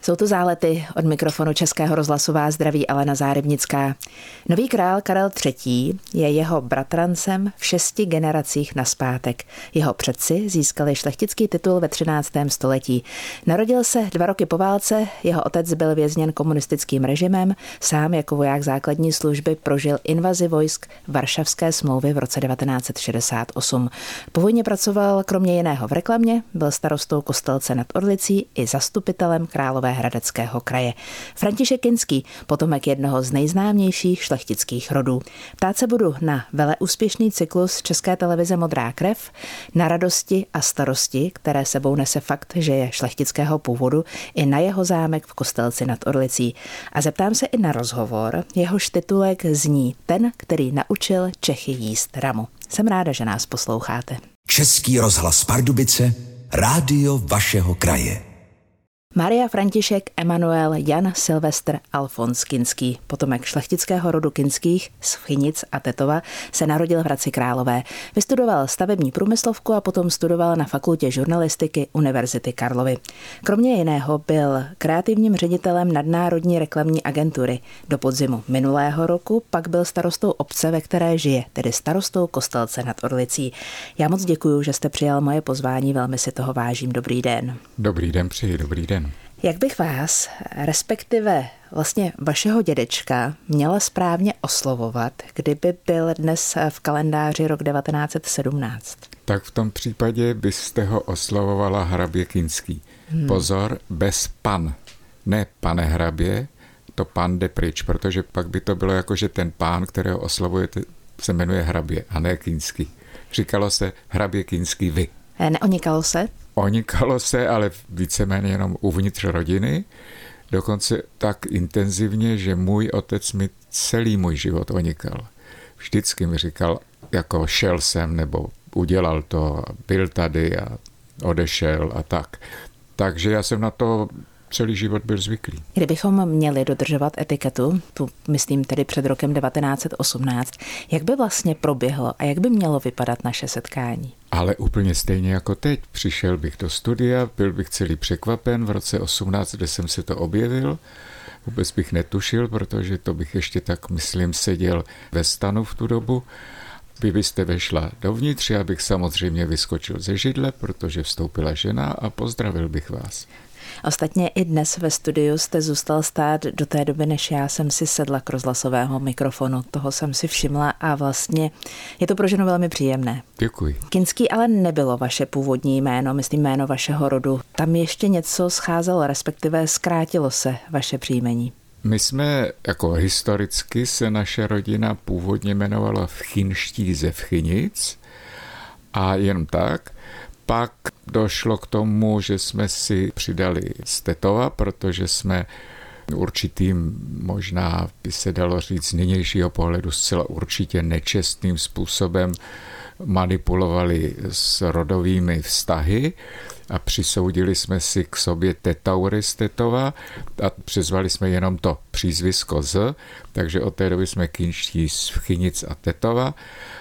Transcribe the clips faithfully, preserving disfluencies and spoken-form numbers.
Jsou to Zálety, od mikrofonu Českého rozhlasu vás zdraví Alena Zárybnická. Nový král Karel třetí. je jeho bratrancem v šesti generacích nazpátek. Jeho předci získali šlechtický titul ve třináctém století. Narodil se dva roky po válce, jeho otec byl vězněn komunistickým režimem, sám jako voják základní služby prožil invazi vojsk Varšavské smlouvy v roce devatenáct set šedesát osm. Po vojně pracoval kromě jiného v reklamě, byl starostou Kostelce nad Orlicí i zastupitelem Královéhradeckého kraje. František Kinský, potomek jednoho z nejznámějších šlechtických rodů. Ptát se budu na veleúspěšný cyklus České televize Modrá krev, na radosti a starosti, které sebou nese fakt, že je šlechtického původu, i na jeho zámek v Kostelci nad Orlicí. A zeptám se i na rozhovor, jehož titulek zní Ten, který naučil Čechy jíst ramu. Jsem ráda, že nás posloucháte. Český rozhlas Pardubice, rádio vašeho kraje. Maria František Emanuel Jan Silvestr Alfons Kinský, potomek šlechtického rodu Kinských z Chynic a Tetova, se narodil v Hradci Králové. Vystudoval stavební průmyslovku a potom studoval na fakultě žurnalistiky Univerzity Karlovy. Kromě jiného byl kreativním ředitelem nadnárodní reklamní agentury. Do podzimu minulého roku pak byl starostou obce, ve které žije, tedy starostou Kostelce nad Orlicí. Já moc děkuju, že jste přijal moje pozvání, velmi si toho vážím. Dobrý den. Dobrý den, přeji, dobrý den. Jak bych vás, respektive vlastně vašeho dědečka, měla správně oslovovat, kdyby byl dnes v kalendáři rok devatenáct set sedmnáct? Tak v tom případě byste ho oslovovala hrabě Kinský. Hmm. Pozor, bez pan. Ne pane hrabě, to pan jde pryč, protože pak by to bylo jako, že ten pán, kterého oslovujete, se jmenuje hrabě a ne Kinský. Říkalo se hrabě Kinský vy. Neonikalo se? Onikalo se, ale víceméně jenom uvnitř rodiny. Dokonce tak intenzivně, že můj otec mi celý můj život onikal. Vždycky mi říkal, jako šel jsem, nebo udělal to, byl tady a odešel a tak. Takže já jsem na to celý život byl zvyklý. Kdybychom měli dodržovat etiketu, tu myslím tedy před rokem devatenáct set osmnáct, jak by vlastně proběhlo a jak by mělo vypadat naše setkání? Ale úplně stejně jako teď. Přišel bych do studia, byl bych celý překvapen v roce osmnáct, kde jsem se to objevil. Vůbec bych netušil, protože to bych ještě tak, myslím, seděl ve stanu v tu dobu. Vy byste vešla dovnitř, já bych samozřejmě vyskočil ze židle, protože vstoupila žena a pozdravil bych vás. Ostatně i dnes ve studiu jste zůstal stát do té doby, než já jsem si sedla k rozhlasového mikrofonu. Toho jsem si všimla a vlastně je to pro ženu velmi příjemné. Děkuji. Kinský ale nebylo vaše původní jméno, myslím jméno vašeho rodu. Tam ještě něco scházelo, respektive zkrátilo se vaše příjmení. My jsme, jako historicky se naše rodina původně jmenovala Vchinští ze Vchynic a jen tak. Pak došlo k tomu, že jsme si přidali z Tetova, protože jsme určitým, možná by se dalo říct z nynějšího pohledu zcela určitě nečestným způsobem manipulovali s rodovými vztahy a přisoudili jsme si k sobě Tetaury z Tetova a přizvali jsme jenom to přízvisko z, takže od té doby jsme Kinští z Vchynic a Tetova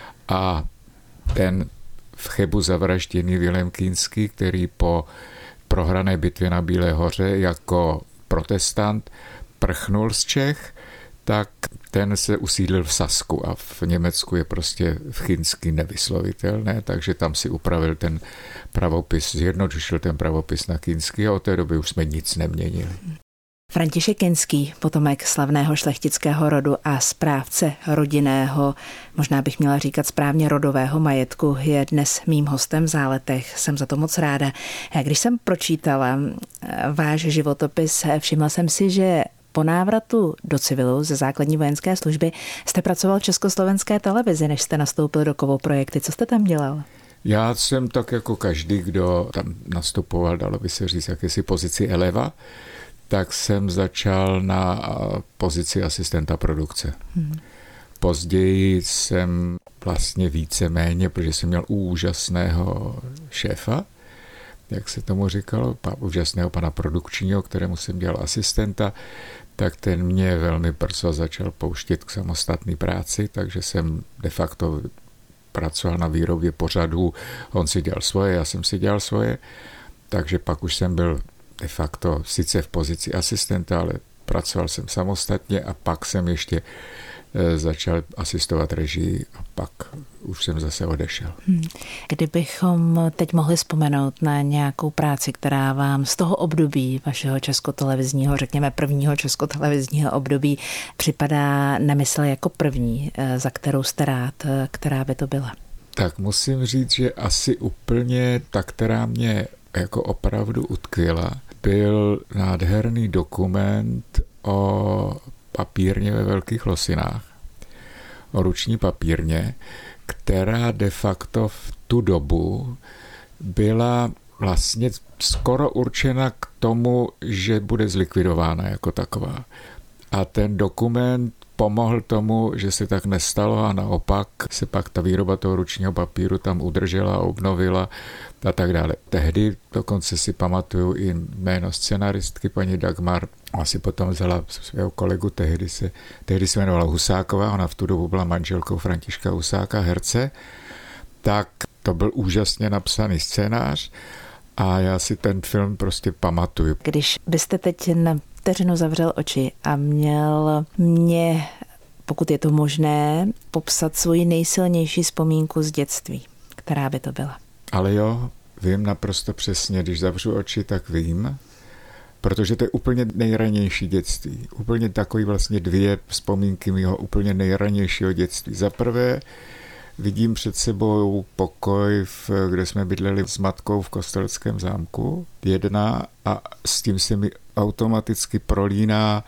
a ten v Chebu zavražděný Vilém Kinský, který po prohrané bitvě na Bílé hoře jako protestant prchnul z Čech, tak ten se usídlil v Sasku a v Německu je prostě Vchynsky nevyslovitelné, takže tam si upravil ten pravopis, zjednodušil ten pravopis na Kinský a od té doby už jsme nic neměnili. František Kinský, potomek slavného šlechtického rodu a správce rodinného, možná bych měla říkat správně rodového majetku, je dnes mým hostem v Záletech. Jsem za to moc ráda. Když jsem pročítala váš životopis, všimla jsem si, že po návratu do civilu ze základní vojenské služby jste pracoval v Československé televizi, než jste nastoupil do Kovo projekty. Co jste tam dělal? Já jsem tak jako každý, kdo tam nastupoval, dalo by se říct, jakési pozici eleva, tak jsem začal na pozici asistenta produkce. Hmm. Později jsem vlastně víceméně, protože jsem měl úžasného šéfa, jak se tomu říkalo, úžasného pana produkčního, kterému jsem dělal asistenta, tak ten mě velmi brzo začal pouštět k samostatné práci, takže jsem de facto pracoval na výrobě pořadů, on si dělal svoje, já jsem si dělal svoje, takže pak už jsem byl de facto sice v pozici asistenta, ale pracoval jsem samostatně a pak jsem ještě začal asistovat režii a pak už jsem zase odešel. Hmm. Kdybychom teď mohli vzpomenout na nějakou práci, která vám z toho období vašeho českotelevizního, řekněme prvního českotelevizního období, připadá na mysl jako první, za kterou jste rád, která by to byla? Tak musím říct, že asi úplně ta, která mě jako opravdu utkvěla, byl nádherný dokument o papírně ve Velkých Losinách, o ruční papírně, která de facto v tu dobu byla vlastně skoro určena k tomu, že bude zlikvidována jako taková. A ten dokument pomohl tomu, že se tak nestalo a naopak se pak ta výroba toho ručního papíru tam udržela, obnovila a tak dále. Tehdy dokonce si pamatuju i jméno scenaristky paní Dagmar, a si potom vzala svého kolegu, tehdy se, tehdy se jmenovala Husáková, ona v tu dobu byla manželkou Františka Husáka, herce, tak to byl úžasně napsaný scénář a já si ten film prostě pamatuju. Když byste teď na vteřinu zavřel oči a měl mě, pokud je to možné, popsat svoji nejsilnější vzpomínku z dětství, která by to byla? Ale jo, vím naprosto přesně, když zavřu oči, tak vím, protože to je úplně nejranější dětství. Úplně takový vlastně dvě vzpomínky mého úplně nejranějšího dětství. Za prvé vidím před sebou pokoj, v, kde jsme bydleli s matkou v Kostelském zámku. Jedna a s tím se mi automaticky prolíná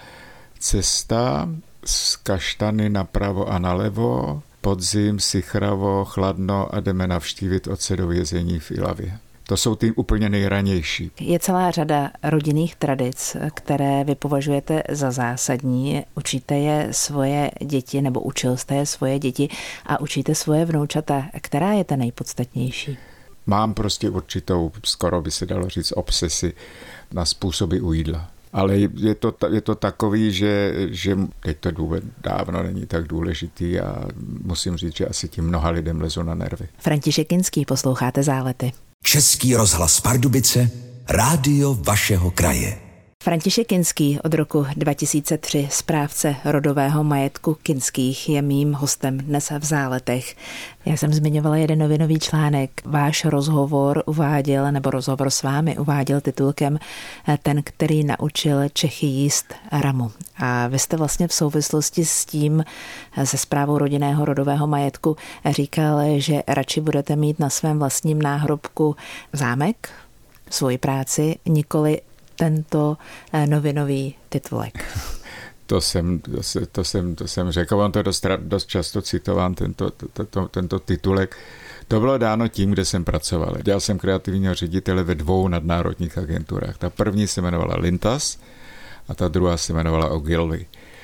cesta z Kaštany napravo a nalevo, podzim, sichravo, chladno a jdeme navštívit otce do vězení v Ilavě. To jsou ty úplně nejranější. Je celá řada rodinných tradic, které vy považujete za zásadní. Učíte je svoje děti, nebo učil jste je svoje děti a učíte svoje vnoučata. Která je ta nejpodstatnější? Mám prostě určitou, skoro by se dalo říct, obsesi na způsoby u jídla. Ale je to, je to takový, že, že teď to důvod dávno není tak důležitý a musím říct, že asi tím mnoha lidem lezu na nervy. František Kinský, posloucháte Zálety. Český rozhlas Pardubice, rádio vašeho kraje. František Kinský, od roku dva tisíce tři správce rodového majetku Kinských, je mým hostem dnes v Záletech. Já jsem zmiňovala jeden novinový článek. Váš rozhovor uváděl, nebo rozhovor s vámi uváděl titulkem Ten, který naučil Čechy jíst ramu. A vy jste vlastně v souvislosti s tím, se správou rodinného rodového majetku, říkal, že radši budete mít na svém vlastním náhrobku zámek, svoji práci, nikoli tento novinový titulek. To jsem, to, se, to jsem, to jsem řekl, on to dost, dost často citován, tento, to, to, tento titulek. To bylo dáno tím, kde jsem pracoval. Dělal jsem kreativního ředitele ve dvou nadnárodních agenturách. Ta první se jmenovala Lintas a ta druhá se jmenovala Ogilvy.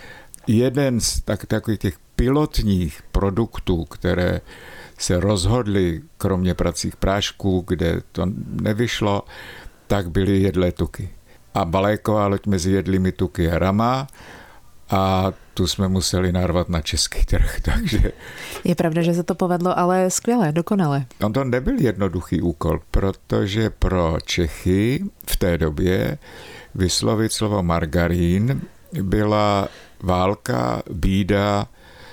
Jeden z tak, takových těch pilotních produktů, které se rozhodly, kromě pracích prášků, kde to nevyšlo, tak byly jedlé tuky. A baléková loď mezi jedlými tuky je rama a tu jsme museli narvat na český trh, takže... Je pravda, že se to povedlo, ale skvěle, dokonale. On to nebyl jednoduchý úkol, protože pro Čechy v té době vyslovit slovo margarín byla válka, bída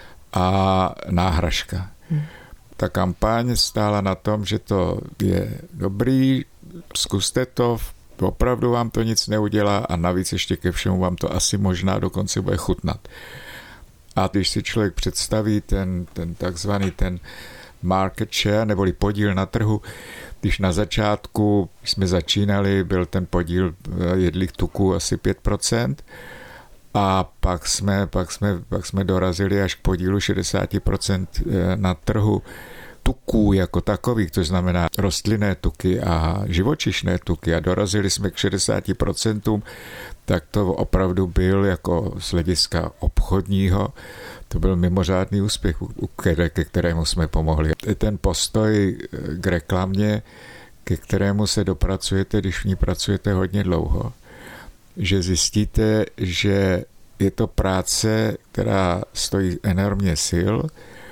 a náhražka. Hmm. Ta kampaň stála na tom, že to je dobrý, zkuste to, opravdu vám to nic neudělá a navíc ještě ke všemu vám to asi možná dokonce bude chutnat. A když si člověk představí ten, ten takzvaný ten market share, neboli podíl na trhu, když na začátku jsme začínali, byl ten podíl jedlých tuků asi pět procent a pak jsme, pak jsme, pak jsme dorazili až k podílu šedesát procent na trhu tuků jako takových, to znamená rostlinné tuky a živočišné tuky a dorazili jsme k šedesáti procentům, tak to opravdu byl jako z hlediska obchodního, to byl mimořádný úspěch, ke kterému jsme pomohli. Ten postoj k reklamě, ke kterému se dopracujete, když v ní pracujete hodně dlouho, že zjistíte, že je to práce, která stojí enormně sil,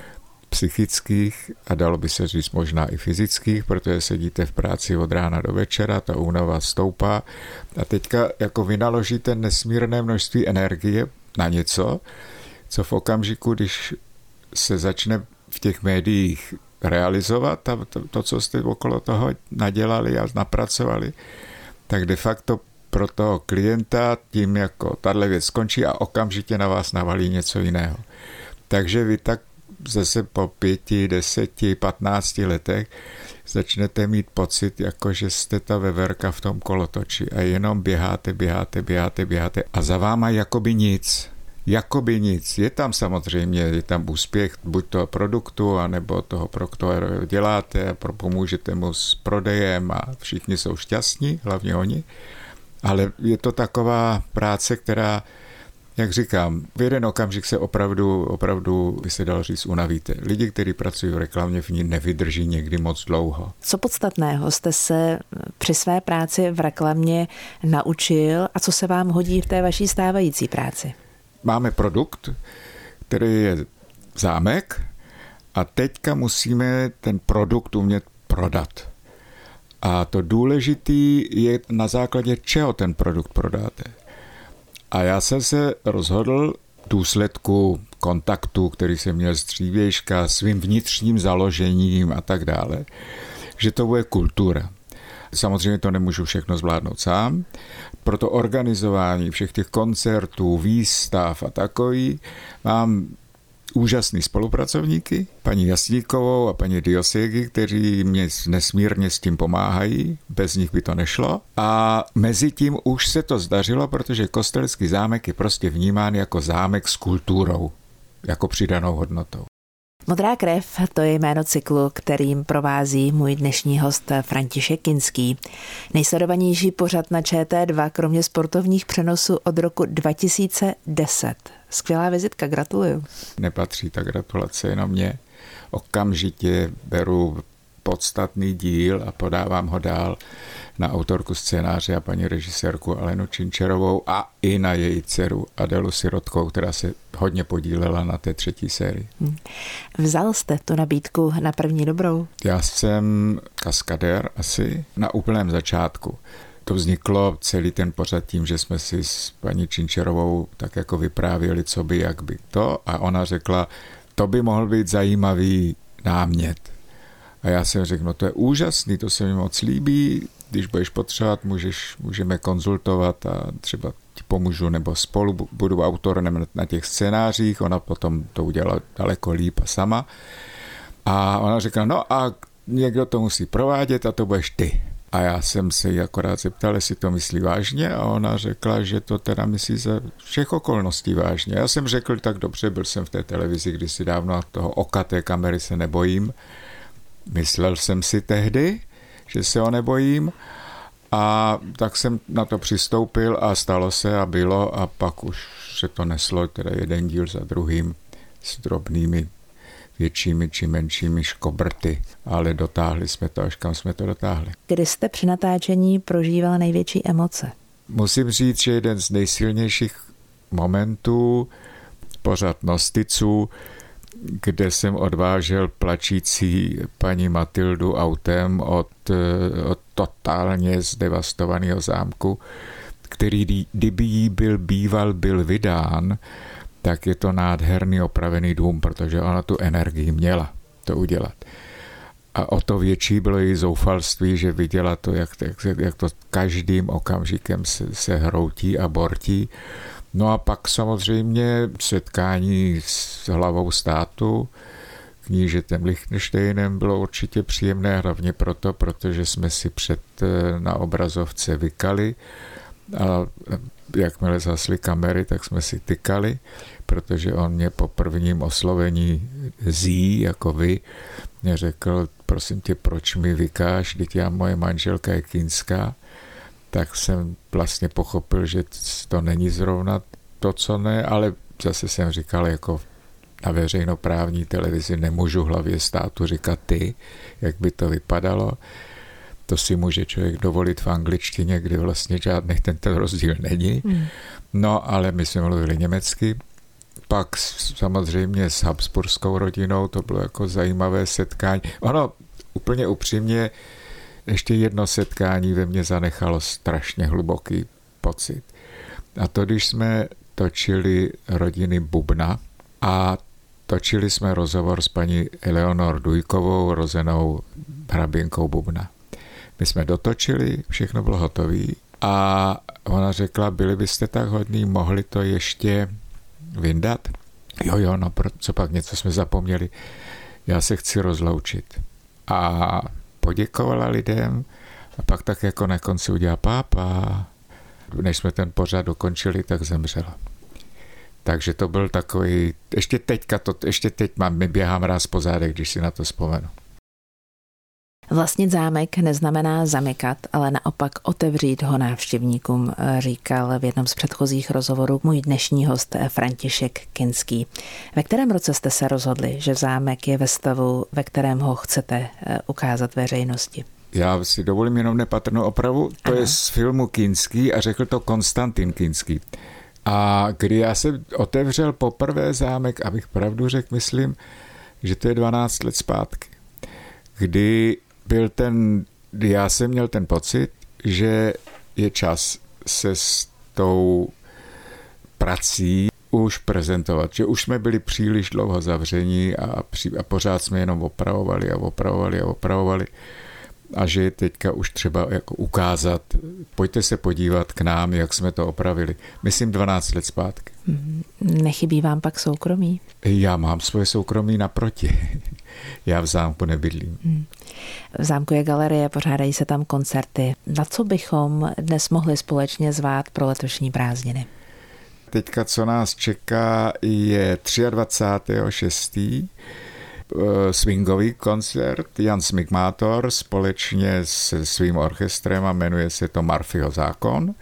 psychických a dalo by se říct možná i fyzických, protože sedíte v práci od rána do večera, ta únava stoupá a teďka jako vynaložíte nesmírné množství energie na něco, co v okamžiku, když se začne v těch médiích realizovat a to, to, co jste okolo toho nadělali a napracovali, tak de facto pro toho klienta tím jako tahle věc skončí a okamžitě na vás navalí něco jiného. Takže vy tak zase po pěti, deseti, patnácti letech začnete mít pocit, jako že jste ta veverka v tom kolotoči a jenom běháte, běháte, běháte, běháte a za váma jakoby nic. Jakoby nic. Je tam samozřejmě, je tam úspěch buď toho produktu, anebo toho, pro kterého děláte, pro pomůžete mu s prodejem a všichni jsou šťastní, hlavně oni. Ale je to taková práce, která, jak říkám, v jeden okamžik se opravdu, opravdu by se dalo říct, unavíte. Lidi, kteří pracují v reklamě, v ní nevydrží někdy moc dlouho. Co podstatného jste se při své práci v reklamě naučil a co se vám hodí v té vaší stávající práci? Máme produkt, který je zámek a teďka musíme ten produkt umět prodat. A to důležitý je na základě čeho ten produkt prodáte. A já jsem se rozhodl v důsledku kontaktu, který jsem měl z dřívějška, svým vnitřním založením a tak dále, že to bude kultura. Samozřejmě to nemůžu všechno zvládnout sám, proto organizování všech těch koncertů, výstav a takový mám úžasný spolupracovníky, paní Jasníkovou a paní Diosegi, kteří mě nesmírně s tím pomáhají, bez nich by to nešlo. A mezi tím už se to zdařilo, protože Kostelský zámek je prostě vnímán jako zámek s kulturou, jako přidanou hodnotou. Modrá krev, to je jméno cyklu, kterým provází můj dnešní host František Kinský. Nejsledovanější pořad na Č T dva, kromě sportovních přenosů od roku dva tisíce deset. Skvělá vizitka, gratuluju. Nepatří ta gratulace jenom mě. Okamžitě beru podstatný díl a podávám ho dál na autorku scénáře a paní režisérku Alenu Činčerovou a i na její dceru Adelu Sirotkou, která se hodně podílela na té třetí sérii. Vzal jste tu nabídku na první dobrou? Já jsem kaskadér asi na úplném začátku. To vzniklo celý ten pořad tím, že jsme si s paní Činčerovou tak jako vyprávěli, co by, jak by to a ona řekla, to by mohl být zajímavý námět. A já jsem řekl, no to je úžasný, to se mi moc líbí, když budeš potřebovat, můžeš, můžeme konzultovat a třeba ti pomůžu, nebo spolu budu autorem na těch scénářích, ona potom to udělala daleko líp a sama. A ona řekla, no a někdo to musí provádět a to budeš ty. A já jsem se jí akorát zeptal, jestli to myslí vážně a ona řekla, že to teda myslí za všech okolností vážně. Já jsem řekl, tak dobře, byl jsem v té televizi kdysi dávno a toho oka té kamery se nebojím. Myslel jsem si tehdy, že se ho nebojím a tak jsem na to přistoupil a stalo se a bylo a pak už se to neslo, teda jeden díl za druhým s drobnými většími či menšími škobrty, ale dotáhli jsme to, až kam jsme to dotáhli. Kdy jste při natáčení prožíval největší emoce? Musím říct, že jeden z nejsilnějších momentů pořad Nosticů, kde jsem odvážel plačící paní Matildu autem od, od totálně zdevastovaného zámku, který, kdyby jí byl býval, byl vydán, tak je to nádherný opravený dům, protože ona tu energii měla to udělat. A o to větší bylo její zoufalství, že viděla to, jak, jak, jak to každým okamžikem se, se hroutí a bortí. No a pak samozřejmě setkání s hlavou státu, knížetem Lichtensteinem, bylo určitě příjemné, hlavně proto, protože jsme si před na obrazovce vykali a jakmile zhasly kamery, tak jsme si tykali, protože on mě po prvním oslovení zí, jako vy, mě řekl, prosím tě, proč mi vykáš, teď já moje manželka je Kinská, tak jsem vlastně pochopil, že to není zrovna to, co ne, ale zase jsem říkal, jako na veřejnoprávní televizi nemůžu hlavě státu říkat ty, jak by to vypadalo. To si může člověk dovolit v angličtině, kde vlastně žádný ten rozdíl není. Hmm. No, ale my jsme mluvili německy, pak samozřejmě s habsburskou rodinou, to bylo jako zajímavé setkání. Ono, úplně upřímně, ještě jedno setkání ve mně zanechalo strašně hluboký pocit. A to, když jsme točili Rodiny Bubna a točili jsme rozhovor s paní Eleonor Dujkovou, rozenou hraběnkou Bubna. My jsme dotočili, všechno bylo hotové a ona řekla, byli byste tak hodní, mohli to ještě vyndat? Jo, jo, no co pak, něco jsme zapomněli. Já se chci rozloučit. A poděkovala lidem a pak tak jako na konci udělala pápa. Než jsme ten pořad dokončili, tak zemřela. Takže to byl takový, ještě teďka, to, ještě teď mám, mi běhám ráz po zádech, když si na to vzpomenu. Vlastnit zámek neznamená zamykat, ale naopak otevřít ho návštěvníkům, říkal v jednom z předchozích rozhovorů můj dnešní host František Kinský. Ve kterém roce jste se rozhodli, že zámek je ve stavu, ve kterém ho chcete ukázat veřejnosti? Já si dovolím jenom nepatrnou opravu, to ano. Je z filmu Kinský a řekl to Konstantin Kinský. A kdy já jsem otevřel poprvé zámek, abych pravdu řekl, myslím, že to je dvanáct let zpátky, kdy byl ten, já jsem měl ten pocit, že je čas se s tou prací už prezentovat, že už jsme byli příliš dlouho zavření a, při, a pořád jsme jenom opravovali a opravovali a opravovali a že je teďka už třeba jako ukázat, pojďte se podívat k nám, jak jsme to opravili. Myslím dvanáct let zpátky. Nechybí vám pak soukromí? Já mám svoje soukromí naproti. Já v zámku nebydlím. V zámku je galerie, pořádají se tam koncerty. Na co bychom dnes mohli společně zvát pro letošní prázdniny? Teďka, co nás čeká, je dvacátého šestého šestého swingový koncert Jan Smigmátor společně se svým orchestrem a jmenuje se to Murphyho zákon.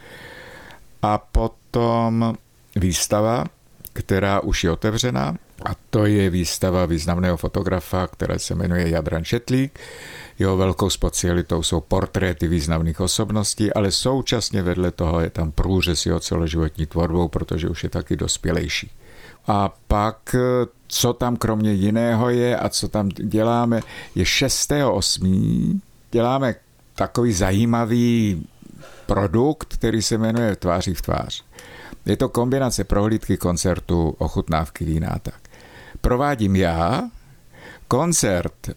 A potom výstava, která už je otevřená, a to je výstava významného fotografa, která se jmenuje Jadran Šetlík. Jeho velkou specialitou jsou portréty významných osobností, ale současně vedle toho je tam průřez jeho celoživotní tvorbou, protože už je taky dospělejší. A pak, co tam kromě jiného je a co tam děláme, je šestého osmého děláme takový zajímavý produkt, který se jmenuje Tváří v tvář. Je to kombinace prohlídky koncertu, ochutnávky vína a tak. Provádím já, koncert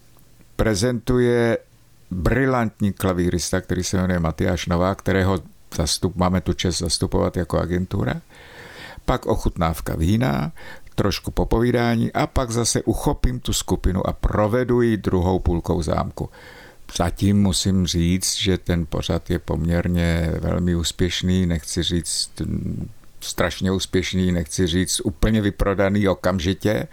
prezentuje brilantní klavírista, který se jmenuje Matyáš Novák, kterého zastup, máme tu čest zastupovat jako agentura. Pak ochutnávka vína, trošku popovídání a pak zase uchopím tu skupinu a provedu ji druhou půlkou zámku. Zatím musím říct, že ten pořad je poměrně velmi úspěšný, nechci říct strašně úspěšný, nechci říct úplně vyprodaný okamžitě,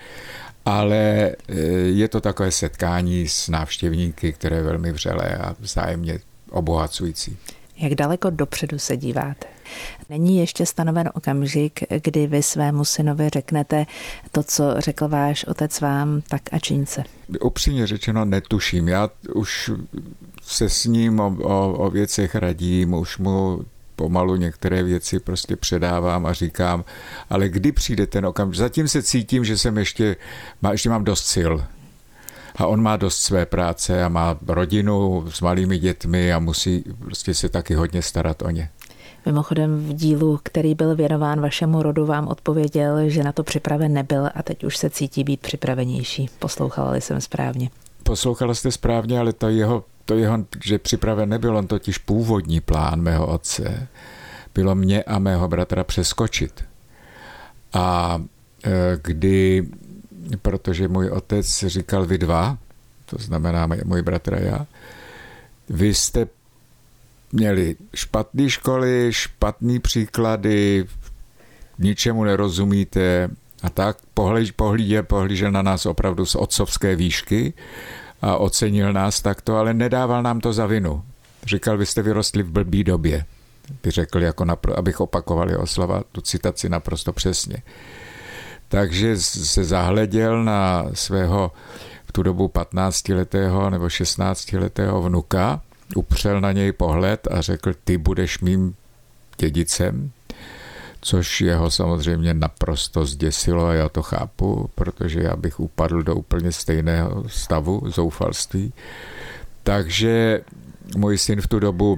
ale je to takové setkání s návštěvníky, které je velmi vřelé a vzájemně obohacující. Jak daleko dopředu se díváte? Není ještě stanoven okamžik, kdy vy svému synovi řeknete to, co řekl váš otec vám, tak a čiň se? Upřímně řečeno netuším. Já už se s ním o, o, o věcech radím, už mu pomalu některé věci prostě předávám a říkám, ale kdy přijde ten okamžik? Zatím se cítím, že jsem ještě, ještě mám dost sil. A on má dost své práce a má rodinu s malými dětmi a musí prostě se taky hodně starat o ně. Mimochodem v dílu, který byl věnován vašemu rodu, vám odpověděl, že na to připraven nebyl a teď už se cítí být připravenější. Poslouchala jsem správně? Poslouchala jste správně, ale to jeho, to jeho, že připraven nebyl, on totiž původní plán mého otce bylo mě a mého bratra přeskočit. A kdy, protože můj otec říkal vy dva, to znamená můj bratr a já, vy jste měli špatné školy, špatný příklady, ničemu nerozumíte a tak pohlížel, pohlížel na nás opravdu z otcovské výšky a ocenil nás takto, ale nedával nám to za vinu. Říkal, vy jste vyrostli v blbý době. By řekl, jako napr- abych opakoval jeho slova, tu citaci naprosto přesně. Takže se zahleděl na svého v tu dobu patnáctiletého nebo šestnáctiletého vnuka, upřel na něj pohled a řekl, ty budeš mým dědicem, což jeho samozřejmě naprosto zděsilo a já to chápu, protože já bych upadl do úplně stejného stavu zoufalství. Takže můj syn v tu dobu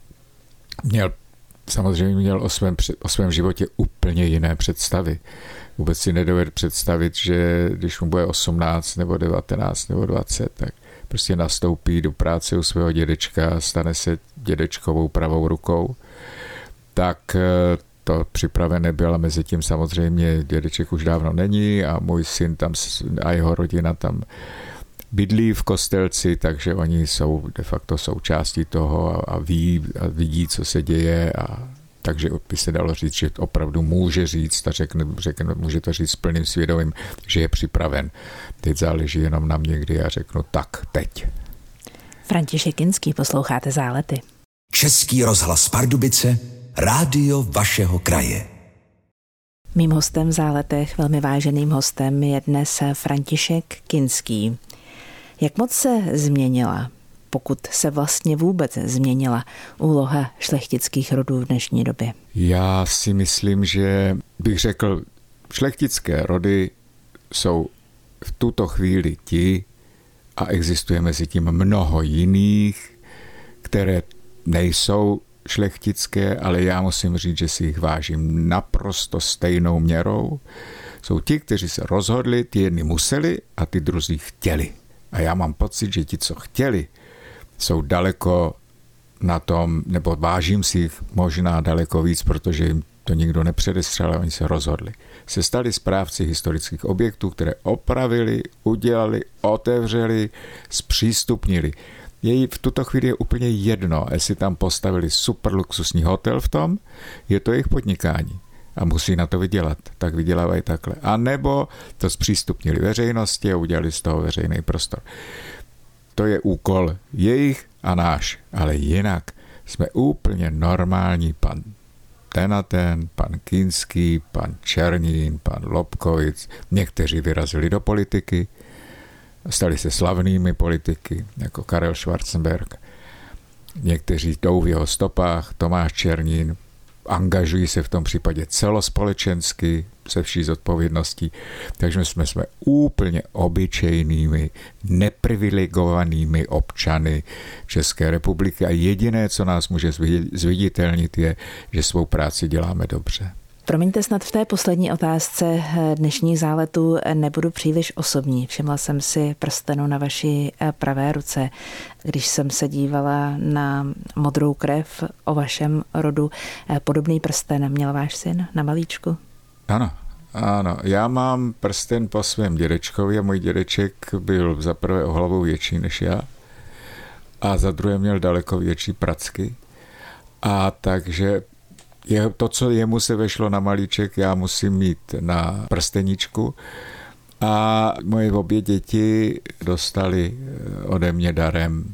měl samozřejmě měl o svém, o svém životě úplně jiné představy. Vůbec si nedovedl představit, že když mu bude osmnáct nebo devatenáct nebo dvacet, tak prostě nastoupí do práce u svého dědečka, stane se dědečkovou pravou rukou. Tak to připravené bylo, a mezi tím samozřejmě dědeček už dávno není a můj syn tam a jeho rodina tam bydlí v Kostelci, takže oni jsou de facto součástí toho a ví a vidí, co se děje, a takže by se dalo říct, že opravdu může říct a řekne, řekne, může to říct s plným svědomím, že je připraven. Teď záleží jenom na mě, kdy já řeknu tak, teď. František Kinský, posloucháte Zálety. Český rozhlas Pardubice, rádio vašeho kraje. Mým hostem v Záletech, velmi váženým hostem, je dnes František Kinský. Jak moc se změnila, pokud se vlastně vůbec změnila, úloha šlechtických rodů v dnešní době? Já si myslím, že bych řekl, šlechtické rody jsou v tuto chvíli ti, a existuje mezi tím mnoho jiných, které nejsou šlechtické, ale já musím říct, že si jich vážím naprosto stejnou měrou. Jsou ti, kteří se rozhodli, ty jedni museli a ty druzí chtěli. A já mám pocit, že ti, co chtěli, jsou daleko na tom, nebo vážím si jich možná daleko víc, protože jim to nikdo nepředestřel, ale oni se rozhodli. Se stali správci historických objektů, které opravili, udělali, otevřeli, zpřístupnili. Její v tuto chvíli je úplně jedno, jestli tam postavili super luxusní hotel v tom, je to jejich podnikání a musí na to vydělat, tak vydělávají takhle. A nebo to zpřístupnili veřejnosti a udělali z toho veřejný prostor. To je úkol jejich a náš, ale jinak jsme úplně normální, pan ten a ten, pan Kinský, pan Černín, pan Lobkowicz, někteří vyrazili do politiky, stali se slavnými politiky, jako Karel Schwarzenberg. Někteří jdou v jeho stopách, Tomáš Černín, angažují se v tom případě celospolečensky, se vší zodpovědností. Takže jsme, jsme úplně obyčejnými, neprivilegovanými občany České republiky a jediné, co nás může zviditelnit, je, že svou práci děláme dobře. Promiňte, snad v té poslední otázce dnešních záletů nebudu příliš osobní. Všimla jsem si prstenu na vaší pravé ruce, když jsem se dívala na modrou krev o vašem rodu. Podobný prsten měl váš syn na malíčku? Ano, ano. Já mám prsten po svém dědečkovi a můj dědeček byl za prvé o hlavu větší než já a za druhé měl daleko větší pracky. A takže je, to, co jemu se vešlo na malíček, já musím mít na prsteničku. A moje obě děti dostali ode mě darem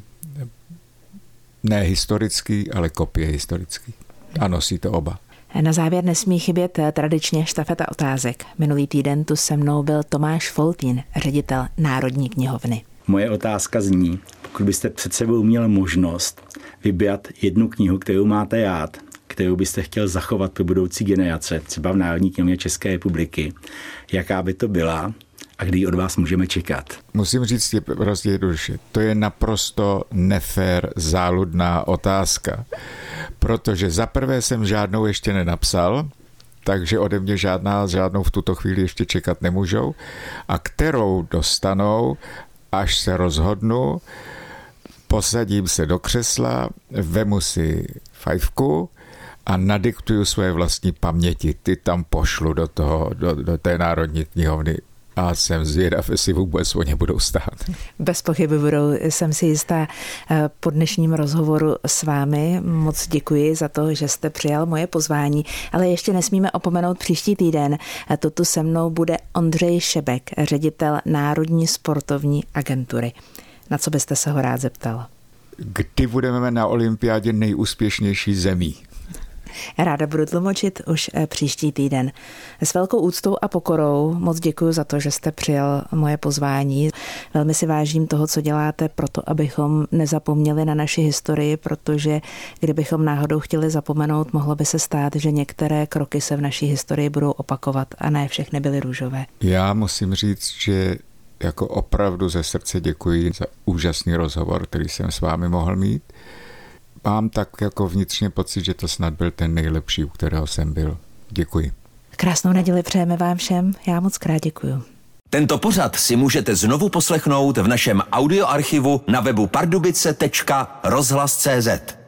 ne historický, ale kopie historický. A nosí to oba. Na závěr nesmí chybět tradičně štafeta otázek. Minulý týden tu se mnou byl Tomáš Foltín, ředitel Národní knihovny. Moje otázka zní, pokud byste před sebou měl možnost vybrat jednu knihu, kterou máte rád, kterou byste chtěl zachovat pro budoucí generace, třeba v Národní knihovně České republiky, jaká by to byla a kdy ji od vás můžeme čekat? Musím říct, je prostě jednoduše. To je naprosto nefér, záludná otázka, protože za prvé jsem žádnou ještě nenapsal, takže ode mě žádná, žádnou v tuto chvíli ještě čekat nemůžou, a kterou dostanou, až se rozhodnu, posadím se do křesla, vemu si fajfku a nadiktuju své vlastní paměti. Ty tam pošlu do, toho, do, do té Národní knihovny a jsem zvědav, jestli vůbec o ně budou stát. Bez pochyby budou, jsem si jistá. Po dnešním rozhovoru s vámi moc děkuji za to, že jste přijal moje pozvání, ale ještě nesmíme opomenout příští týden. Toto se mnou bude Ondřej Šebek, ředitel Národní sportovní agentury. Na co byste se ho rád zeptal? Kdy budeme na olympiádě nejúspěšnější zemí? Ráda budu tlumočit už příští týden. S velkou úctou a pokorou moc děkuji za to, že jste přijal moje pozvání. Velmi si vážím toho, co děláte proto, abychom nezapomněli na naši historii, protože kdybychom náhodou chtěli zapomenout, mohlo by se stát, že některé kroky se v naší historii budou opakovat a ne všechny byly růžové. Já musím říct, že jako opravdu ze srdce děkuji za úžasný rozhovor, který jsem s vámi mohl mít. Mám tak jako vnitřně pocit, že to snad byl ten nejlepší, u kterého jsem byl. Děkuji. Krásnou neděli přejeme vám všem. Já moc krát děkuju. Tento pořad si můžete znovu poslechnout v našem audioarchivu na webu pardubice tečka rozhlas tečka cé zet.